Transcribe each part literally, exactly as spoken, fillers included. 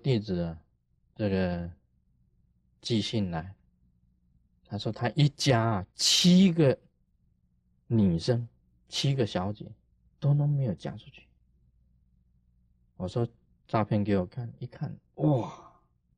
弟子啊，这个寄信来，他说他一家啊七个女生，七个小姐都都没有嫁出去。我说照片给我看，一看，哇，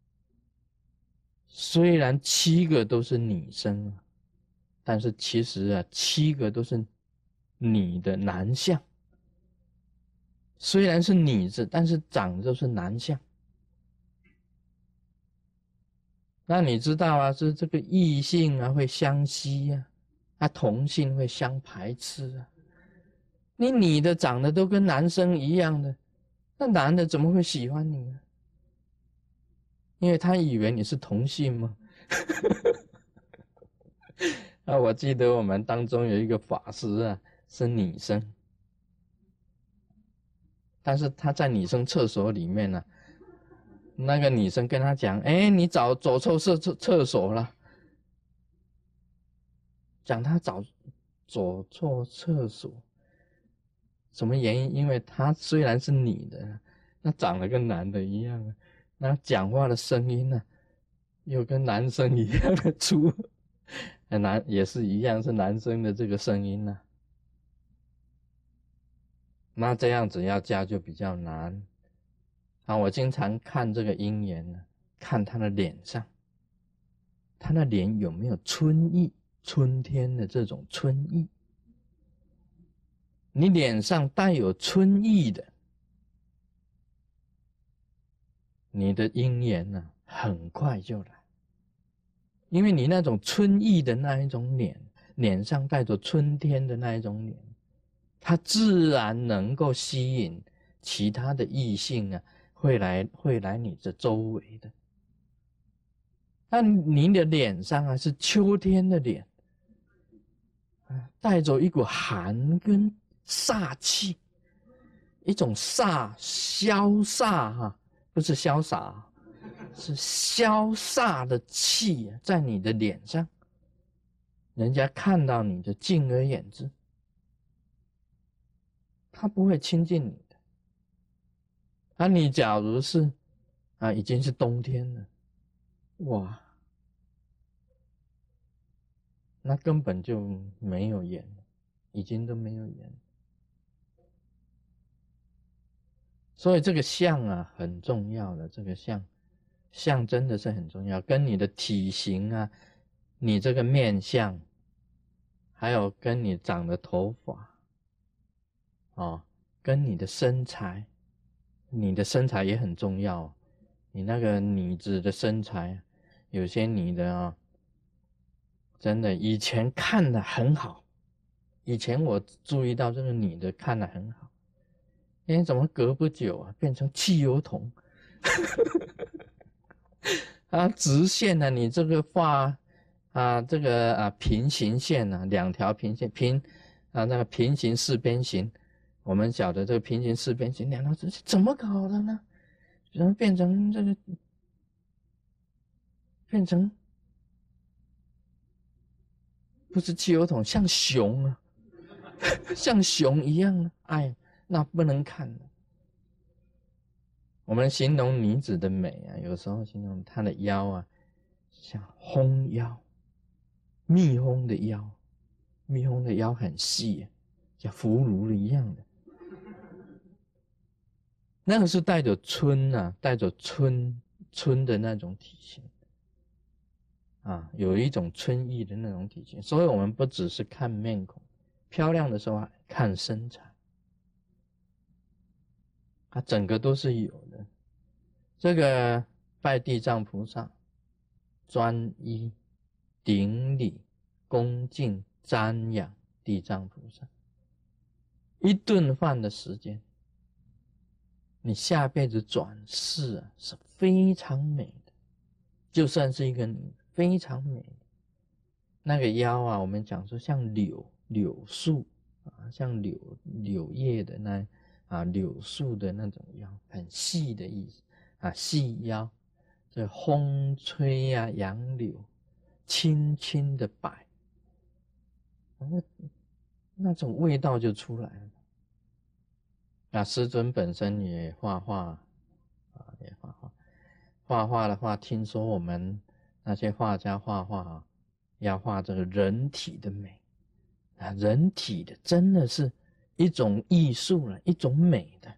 虽然七个都是女生啊，但是其实啊，七个都是你的男相。虽然是女子，但是长得都是男相。那你知道啊，是这个异性啊会相吸啊，啊同性会相排斥啊。你女的长得都跟男生一样的，那男的怎么会喜欢你呢？因为他以为你是同性吗？啊，我记得我们当中有一个法师啊，是女生，但是他在女生厕所里面呢、啊，那个女生跟他讲：“哎，你找走错厕厕厕所了。”讲他找走错厕所，什么原因？因为他虽然是女的，那长得跟男的一样，那讲话的声音呢、啊，又跟男生一样的粗，男也是一样是男生的这个声音呢、啊。那这样子要嫁就比较难啊！我经常看这个姻缘呢，看他的脸上，他的脸有没有春意，春天的这种春意。你脸上带有春意的，你的姻缘呢、啊，很快就来，因为你那种春意的那一种脸，脸上带着春天的那一种脸，它自然能够吸引其他的异性啊，会来会来你的周围的。那你的脸上啊是秋天的脸，带着一股寒跟煞气，一种煞潇洒哈，不是潇洒，是潇洒的气在你的脸上，人家看到你就敬而远之，他不会亲近你的。那你假如是啊，已经是冬天了，哇，那根本就没有缘，已经都没有缘。所以这个相啊很重要的，这个相相真的是很重要，跟你的体型啊，你这个面相，还有跟你长的头发哦，跟你的身材，你的身材也很重要。你那个女子的身材，有些女的啊、哦，真的以前看的很好，以前我注意到这个女的看的很好，哎，怎么隔不久啊变成汽油桶？啊，直线呢、啊，你这个画啊，这个啊平行线啊，两条平线平啊那个平行四边形，我们晓得这个平行四边形两条直线怎么搞的呢？怎么变成这个变成不是汽油桶，像熊啊，像熊一样呢？哎，那不能看了。我们形容女子的美啊，有时候形容她的腰啊，像蜂腰，蜜蜂的腰，蜜蜂的腰很细啊，像俘虏一样的。那个是带着春啊，带着春春的那种体型啊，有一种春意的那种体型。所以我们不只是看面孔，漂亮的时候看身材，它整个都是有的。这个拜地藏菩萨，专一顶礼恭敬瞻仰地藏菩萨，一顿饭的时间，你下辈子转世啊是非常美的，就算是一个你非常美的那个腰啊，我们讲说像柳柳树啊，像柳柳叶的那啊柳树的那种腰，很细的意思啊，细腰，这风吹呀、啊、杨柳，轻轻的摆，那那种味道就出来了。那师尊本身也画画啊，也画画。 画画的话，听说我们那些画家画画啊，要画这个人体的美啊，人体的真的是一种艺术了，一种美的。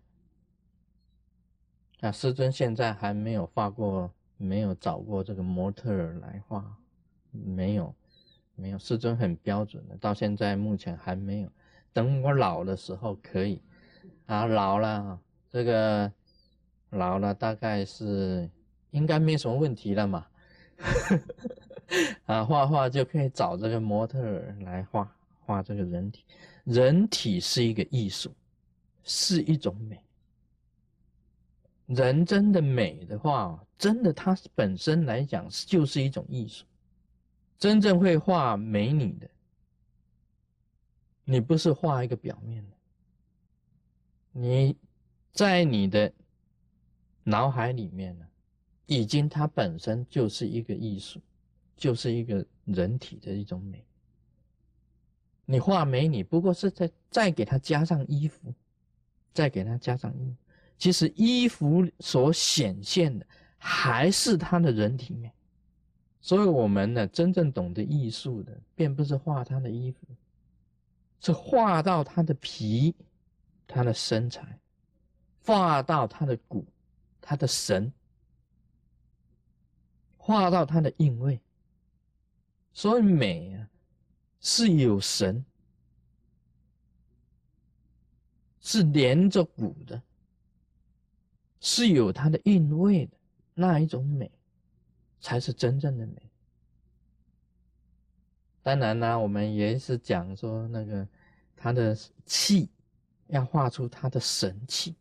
啊，师尊现在还没有画过，没有找过这个模特儿来画，没有，没有。师尊很标准的，到现在目前还没有。等我老的时候可以，啊，老了，这个老了大概是应该没什么问题了嘛。啊，画画就可以找这个模特儿来画画这个人体，人体是一个艺术，是一种美。人真的美的话，真的它本身来讲就是一种艺术。真正会画美女的，你不是画一个表面的，你在你的脑海里面呢，已经它本身就是一个艺术，就是一个人体的一种美。你画美女不过是再再给它加上衣服，再给它加上衣服，其实衣服所显现的还是它的人体美。所以我们呢，真正懂得艺术的，并不是画他的衣服，是画到他的皮，他的身材，画到他的骨，他的神，画到他的韵味。所以美啊，是有神，是连着骨的，是有它的韵味的，那一种美才是真正的美。当然啦，我们也是讲说那个他的气要画出他的神气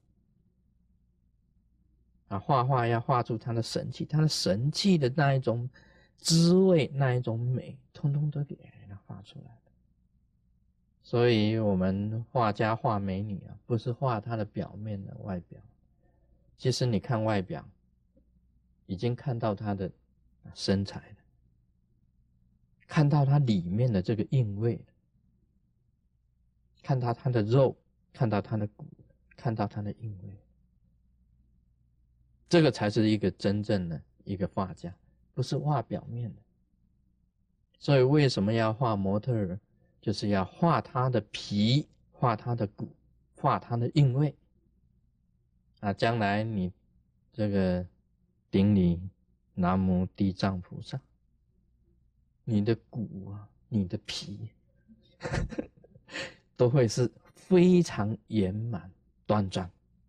啊，画画要画出他的神气，他的神气的那一种滋味，那一种美，通通都给他画出来的。所以我们画家画美女啊，不是画她的表面的外表，其实你看外表，已经看到她的身材了，看到她里面的这个韵味了，看到她的肉，看到她的骨，看到她的韵味，这个才是一个真正的一个画家，不是画表面的。所以为什么要画模特儿，就是要画她的皮，画她的骨，画她的韵味啊，将来你这个顶礼南无地藏菩萨，你的骨啊，你的皮都会是非常圆满端庄，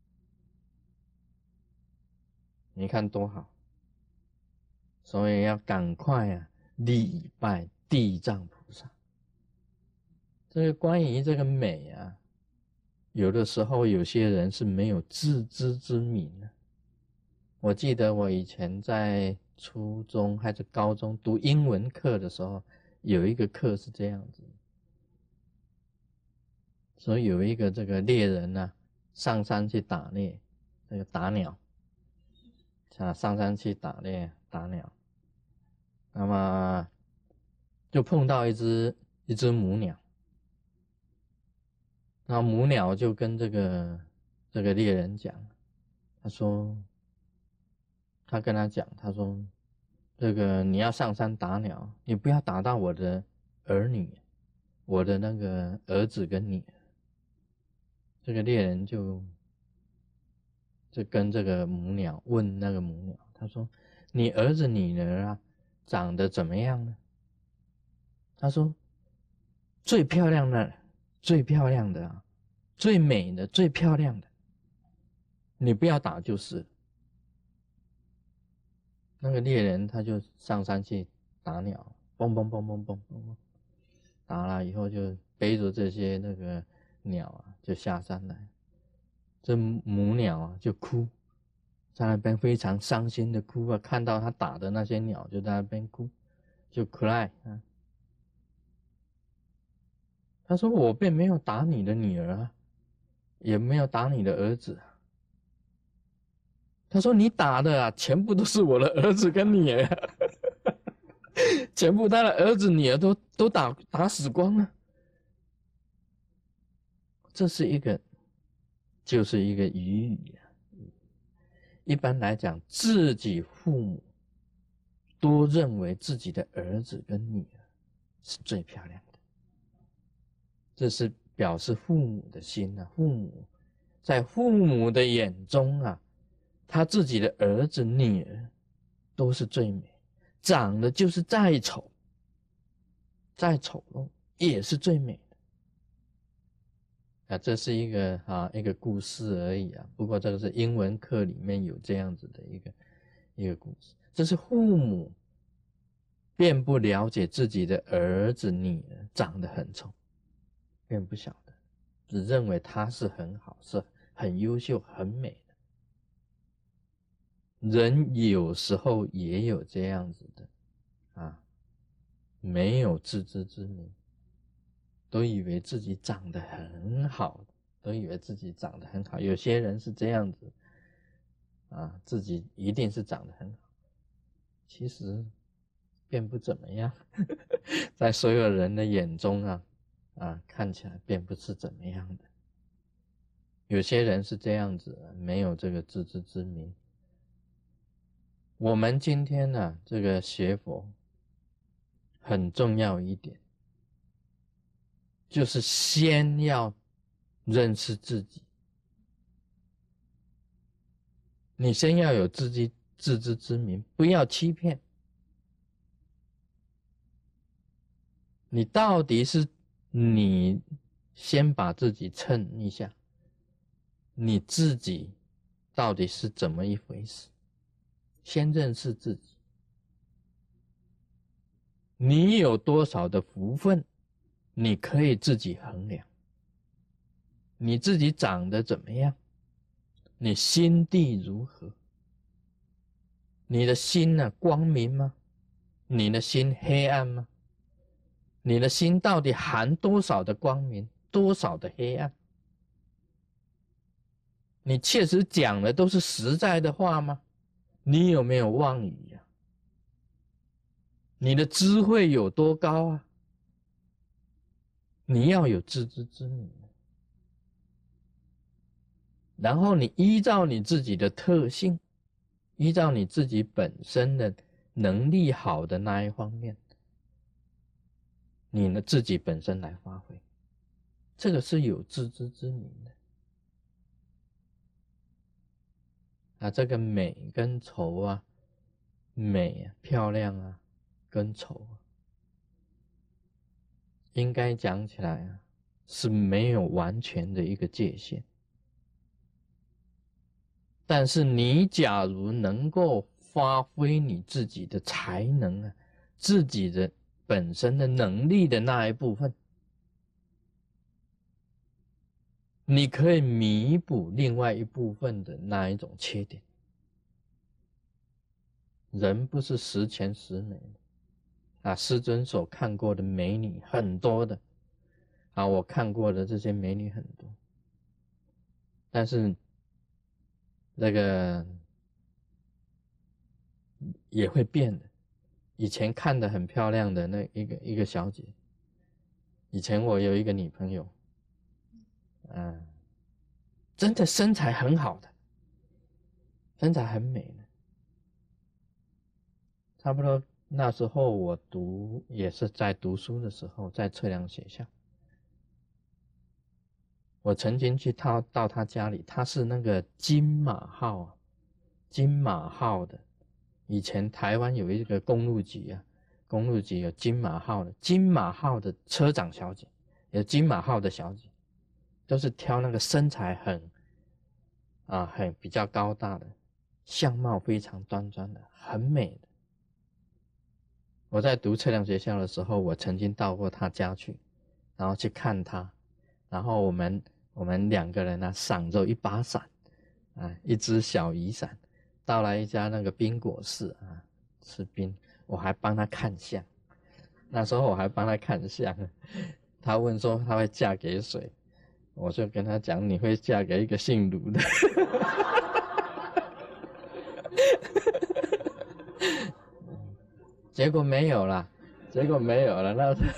你看多好。所以要赶快啊礼拜地藏菩萨。这个关于这个美啊，有的时候有些人是没有自知之明的。我记得我以前在初中还是高中读英文课的时候，有一个课是这样子，所以有一个这个猎人呢、啊，上山去打猎，这个打鸟，啊，上山去打猎打鸟，那么就碰到一只一只母鸟，然后母鸟就跟这个这个猎人讲，他说，他跟他讲，他说，这个你要上山打鸟，你不要打到我的儿女，我的那个儿子跟女儿。这个猎人就就跟这个母鸟问那个母鸟，他说，你儿子女儿啊长得怎么样呢？他说，最漂亮的最漂亮的啊，最美的最漂亮的，你不要打就是。那个猎人他就上山去打鸟，嘣嘣嘣嘣嘣嘣，打了以后就背着这些那个鸟啊，就下山来。这母鸟啊就哭，在那边非常伤心的哭啊，看到他打的那些鸟就在那边哭，就 cry 啊。他说我并没有打你的女儿啊，也没有打你的儿子。他说你打的啊，全部都是我的儿子跟女儿，全部他的儿子女儿都都打打死光了。这是一个，就是一个语语啊， 一般来讲，自己父母都认为自己的儿子跟女儿是最漂亮的，这是表示父母的心啊。父母在父母的眼中啊，他自己的儿子女儿都是最美，长得就是再丑再丑陋也是最美的啊。这是一个啊一个故事而已啊，不过这个是英文课里面有这样子的一个一个故事。这是父母便不了解自己的儿子女儿长得很丑，便不晓得，只认为他是很好，是很优秀很美的。人有时候也有这样子的啊，没有自知之明，都以为自己长得很好，都以为自己长得很好。有些人是这样子啊，自己一定是长得很好，其实便不怎么样在所有人的眼中啊啊，看起来便不是怎么样的。有些人是这样子，没有这个自知之明。我们今天呢、啊，这个学佛很重要一点，就是先要认识自己。你先要有自己自知之明，不要欺骗。你到底是你先把自己称一下，你自己到底是怎么一回事？先认识自己，你有多少的福分，你可以自己衡量。你自己长得怎么样？你心地如何？你的心呢、啊，光明吗？你的心黑暗吗？你的心到底含多少的光明，多少的黑暗？你确实讲的都是实在的话吗？你有没有妄语呀、啊？你的智慧有多高啊？你要有自知之明，然后你依照你自己的特性，依照你自己本身的能力好的那一方面，你呢自己本身来发挥，这个是有自知之明的。啊，这个美跟丑啊，美啊漂亮啊，跟丑啊，应该讲起来啊，是没有完全的一个界限。但是你假如能够发挥你自己的才能啊，自己的本身的能力的那一部分，你可以弥补另外一部分的那一种缺点。人不是十全十美的啊，师尊所看过的美女很多的啊，我看过的这些美女很多，但是这个也会变的。以前看的很漂亮的那一个一个小姐，以前我有一个女朋友，嗯，真的身材很好的，身材很美的。差不多那时候我读也是在读书的时候，在测量学校，我曾经去到到他家里，他是那个金马号啊，金马号的。以前台湾有一个公路局啊，公路局有金马号的，金马号的车长小姐，有金马号的小姐，都是挑那个身材很啊很比较高大的，相貌非常端庄的，很美的。我在读测量学校的时候，我曾经到过他家去，然后去看他，然后我们我们两个人呢、啊，赏着一把伞，啊，一只小雨伞，到了一家那个冰果室啊，吃冰，我还帮他看相，那时候我还帮他看相，他问说他会嫁给谁，我就跟他讲你会嫁给一个姓卢的。结果没有啦，结果没有了，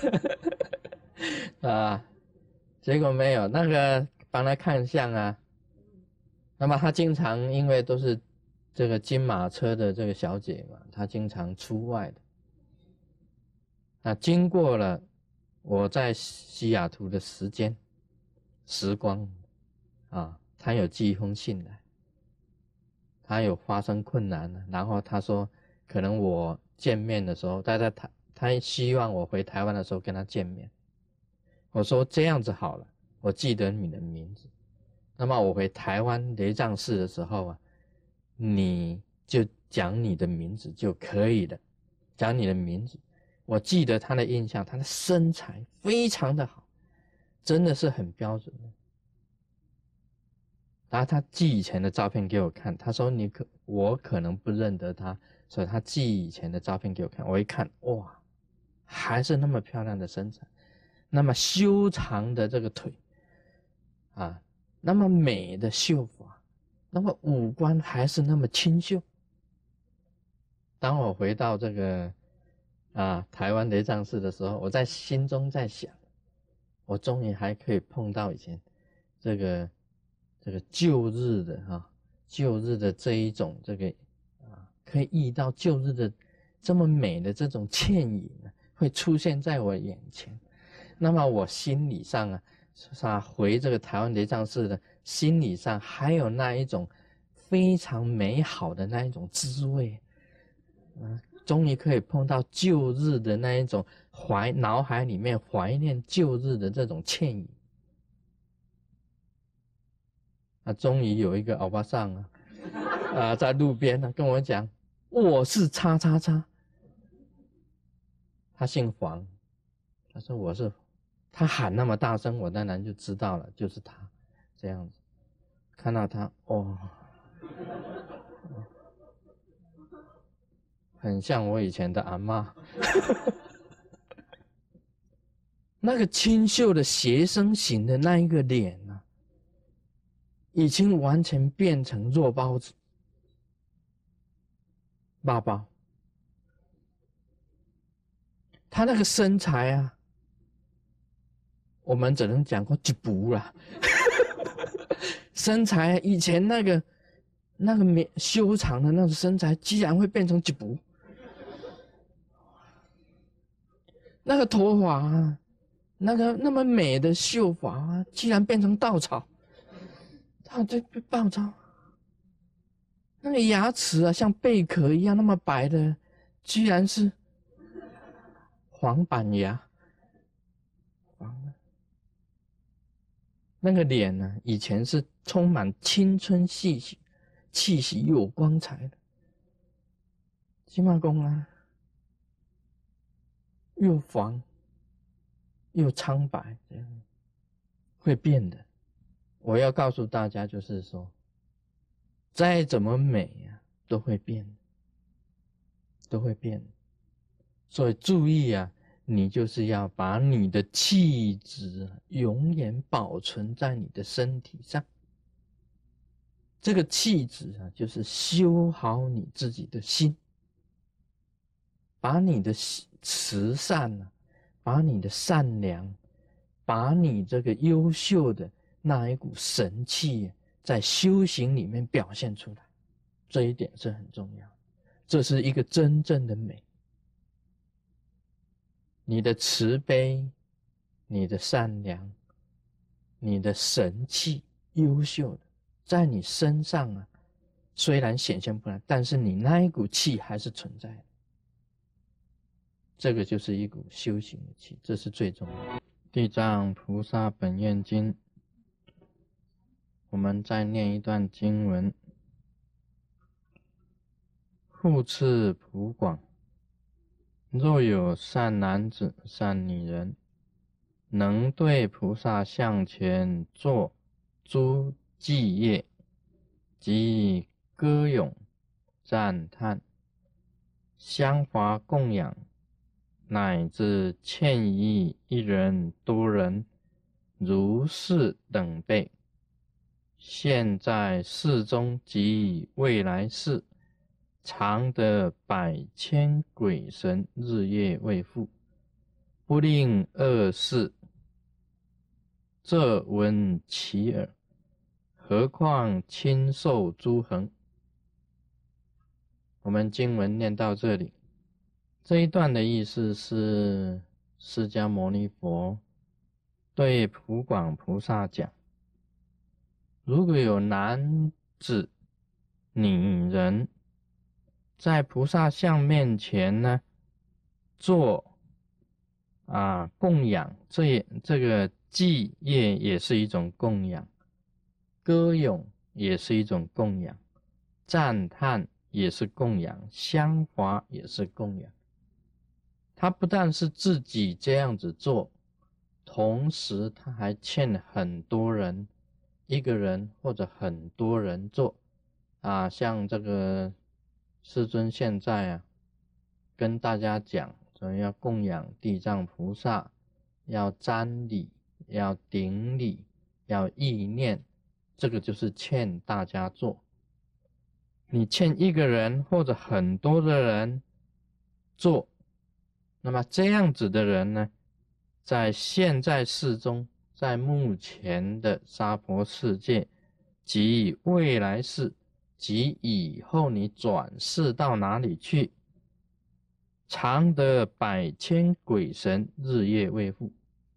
那啊，结果没有那个帮他看相啊。那么他经常因为都是这个金马车的这个小姐嘛，她经常出外的。那经过了我在西雅图的时间时光啊，她有寄一封信来，她有发生困难了，然后她说可能我见面的时候，她在台，她希望我回台湾的时候跟她见面。我说这样子好了，我记得你的名字，那么我回台湾雷藏寺的时候啊，你就讲你的名字就可以了，讲你的名字。我记得他的印象，他的身材非常的好，真的是很标准的。然后他寄以前的照片给我看，他说你可我可能不认得他，所以他寄以前的照片给我看。我一看，哇，还是那么漂亮的身材，那么修长的这个腿啊，那么美的秀发，那么五官还是那么清秀。当我回到这个啊台湾雷藏寺的时候，我在心中在想，我终于还可以碰到以前这个这个旧日的哈、啊、旧日的这一种这个啊可以遇到旧日的这么美的这种倩影啊，会出现在我眼前。那么我心理上啊，啊回这个台湾雷藏寺的心理上还有那一种非常美好的那一种滋味。啊，终于可以碰到旧日的那一种怀脑海里面怀念旧日的这种倩影。啊，终于有一个欧巴桑啊，啊，在路边呢、啊、跟我讲，我是叉叉叉，他姓黄，他说我是，他喊那么大声，我当然就知道了，就是他，这样子，看到他，哦。很像我以前的阿嬷那个清秀的学生型的那一个脸啊，已经完全变成肉包子爸爸。他那个身材啊，我们只能讲过一步啦身材以前那个那个美修长的那个身材，居然会变成一步。那个头发啊，那个那么美的秀发啊，居然变成稻草。他这稻草，那个牙齿啊，像贝壳一样那么白的，居然是黄板牙。黄的。那个脸呢、啊，以前是充满青春气息、气息又有光彩的。金马公啊，又黄又苍白，这样会变的。我要告诉大家，就是说，再怎么美啊，都会变，都会变。所以注意啊，你就是要把你的气质永远保存在你的身体上。这个气质啊，就是修好你自己的心，把你的慈善啊，把你的善良，把你这个优秀的那一股神气，在修行里面表现出来，这一点是很重要。这是一个真正的美。你的慈悲，你的善良，你的神气，优秀的，在你身上啊，虽然显现不来，但是你那一股气还是存在的。这个就是一股修行的气，这是最重要的。地藏菩萨本愿经，我们再念一段经文：复次普广，若有善男子、善女人，能对菩萨像前作诸伎业，及歌咏、赞叹、香华供养，乃至欠益一人、多人，如是等辈，现在世中及未来世，常得百千鬼神日夜为护，不令恶事。这闻其耳，何况亲受诸恒？ 我们经文念到这里，这一段的意思是释迦牟尼佛对普广菩萨讲，如果有男子、女人在菩萨像面前呢做啊供养，这也这个祭业也是一种供养，歌咏也是一种供养，赞叹也是供养，香华也是供养。他不但是自己这样子做，同时他还欠很多人，一个人或者很多人做啊。像这个世尊现在啊，跟大家讲，说要供养地藏菩萨，要瞻礼，要顶礼，要意念，这个就是欠大家做。你欠一个人或者很多的人做，那么这样子的人呢，在现在世中，在目前的娑婆世界，及未来世，及以后你转世到哪里去，常得百千鬼神日夜卫护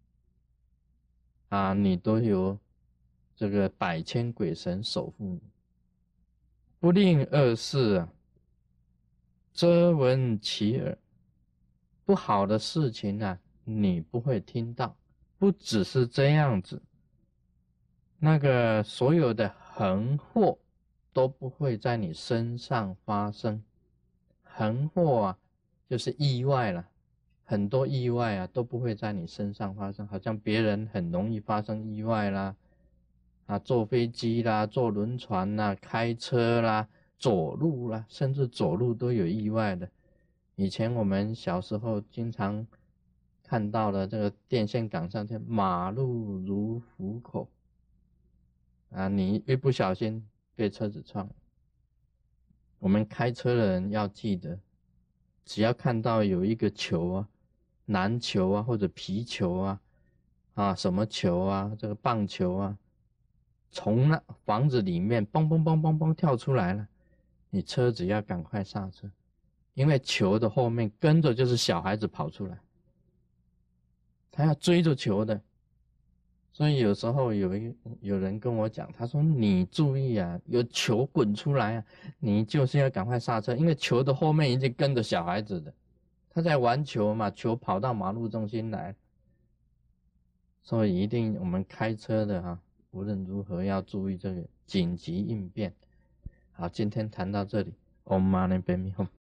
啊，你都有这个百千鬼神守护你，不令恶事啊遮闻其耳。不好的事情啊，你不会听到。不只是这样子，那个所有的横祸都不会在你身上发生。横祸啊，就是意外了，很多意外啊都不会在你身上发生。好像别人很容易发生意外啦，啊，坐飞机啦，坐轮船啦，开车啦，走路啦，甚至走路都有意外的。以前我们小时候经常看到了这个电线杆上面马路如虎口啊，你一不小心被车子撞。我们开车的人要记得，只要看到有一个球啊，篮球啊或者皮球啊啊什么球啊，这个棒球啊，从那房子里面嘣嘣嘣嘣嘣跳出来了，你车子要赶快刹车，因为球的后面跟着就是小孩子跑出来，他要追着球的。所以有时候有一有人跟我讲，他说你注意啊，有球滚出来啊，你就是要赶快刹车，因为球的后面已经跟着小孩子的，他在玩球嘛，球跑到马路中心来。所以一定我们开车的哈、啊，无论如何要注意这个紧急应变。好，今天谈到这里。Om Mani Padme Hum